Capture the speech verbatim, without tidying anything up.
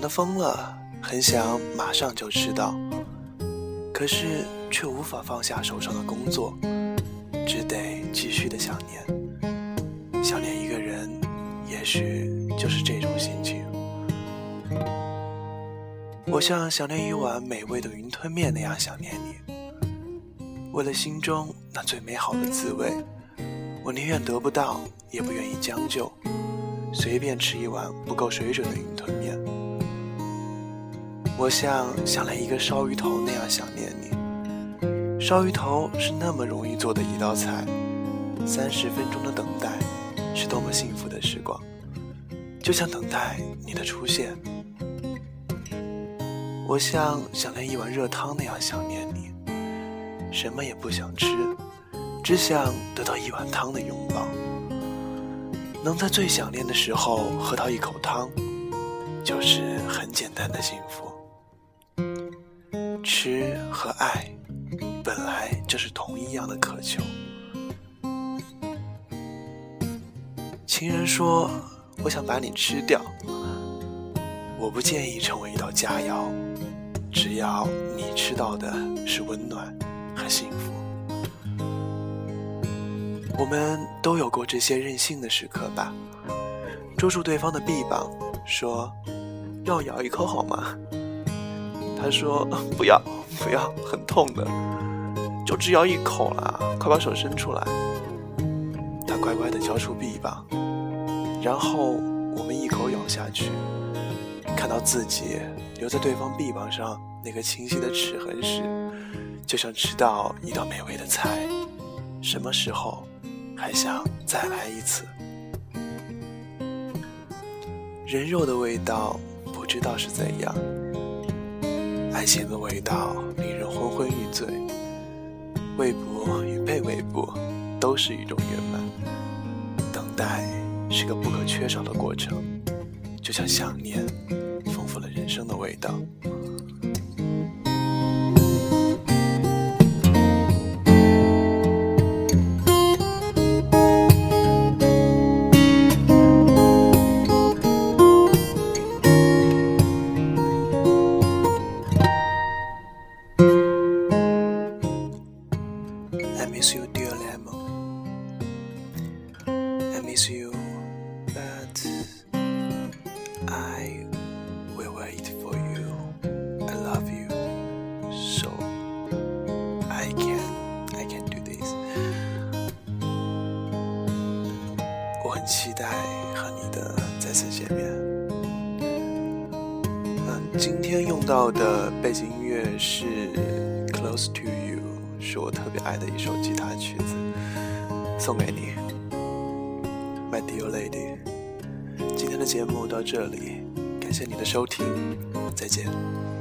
得疯了，很想马上就知道，可是却无法放下手上的工作，只得继续的想念。想念一个人，也许就是这种心情。我像想念一碗美味的云吞面那样想念你，为了心中那最美好的滋味，我宁愿得不到，也不愿意将就，随便吃一碗不够水准的云吞面。我像想念一个烧鱼头那样想念你，烧鱼头是那么容易做的一道菜，三十分钟的等待是多么幸福的时光，就像等待你的出现。我像想念一碗热汤那样想念你，什么也不想吃，只想得到一碗汤的拥抱。能在最想念的时候喝到一口汤，就是很简单的幸福。吃和爱本来就是同一样的渴求。情人说，我想把你吃掉，我不介意成为一道佳肴，只要你吃到的是温暖和幸福。我们都有过这些任性的时刻吧，捉住对方的臂膀，说要我咬一口好吗？他说不要不要，很痛的，就只咬一口啦，快把手伸出来。他乖乖地交出臂膀，然后我们一口咬下去，看到自己留在对方臂膀上那个清晰的齿痕时，就像吃到一道美味的菜，什么时候还想再来一次。人肉的味道不知道是怎样，爱情的味道令人昏昏欲醉，未卜与被未卜都是一种圆满。等待是个不可缺少的过程，就像想念丰富了人生的味道。I miss you, dear lemon. I miss you, but I will wait for you. I love you, so I can, I can do this. 我很期待和你的再次见面。嗯，今天用到的背景音乐是 Close to You， 是我特别爱的一首吉他曲子，送给你 My dear lady。 今天的节目到这里，感谢你的收听，再见。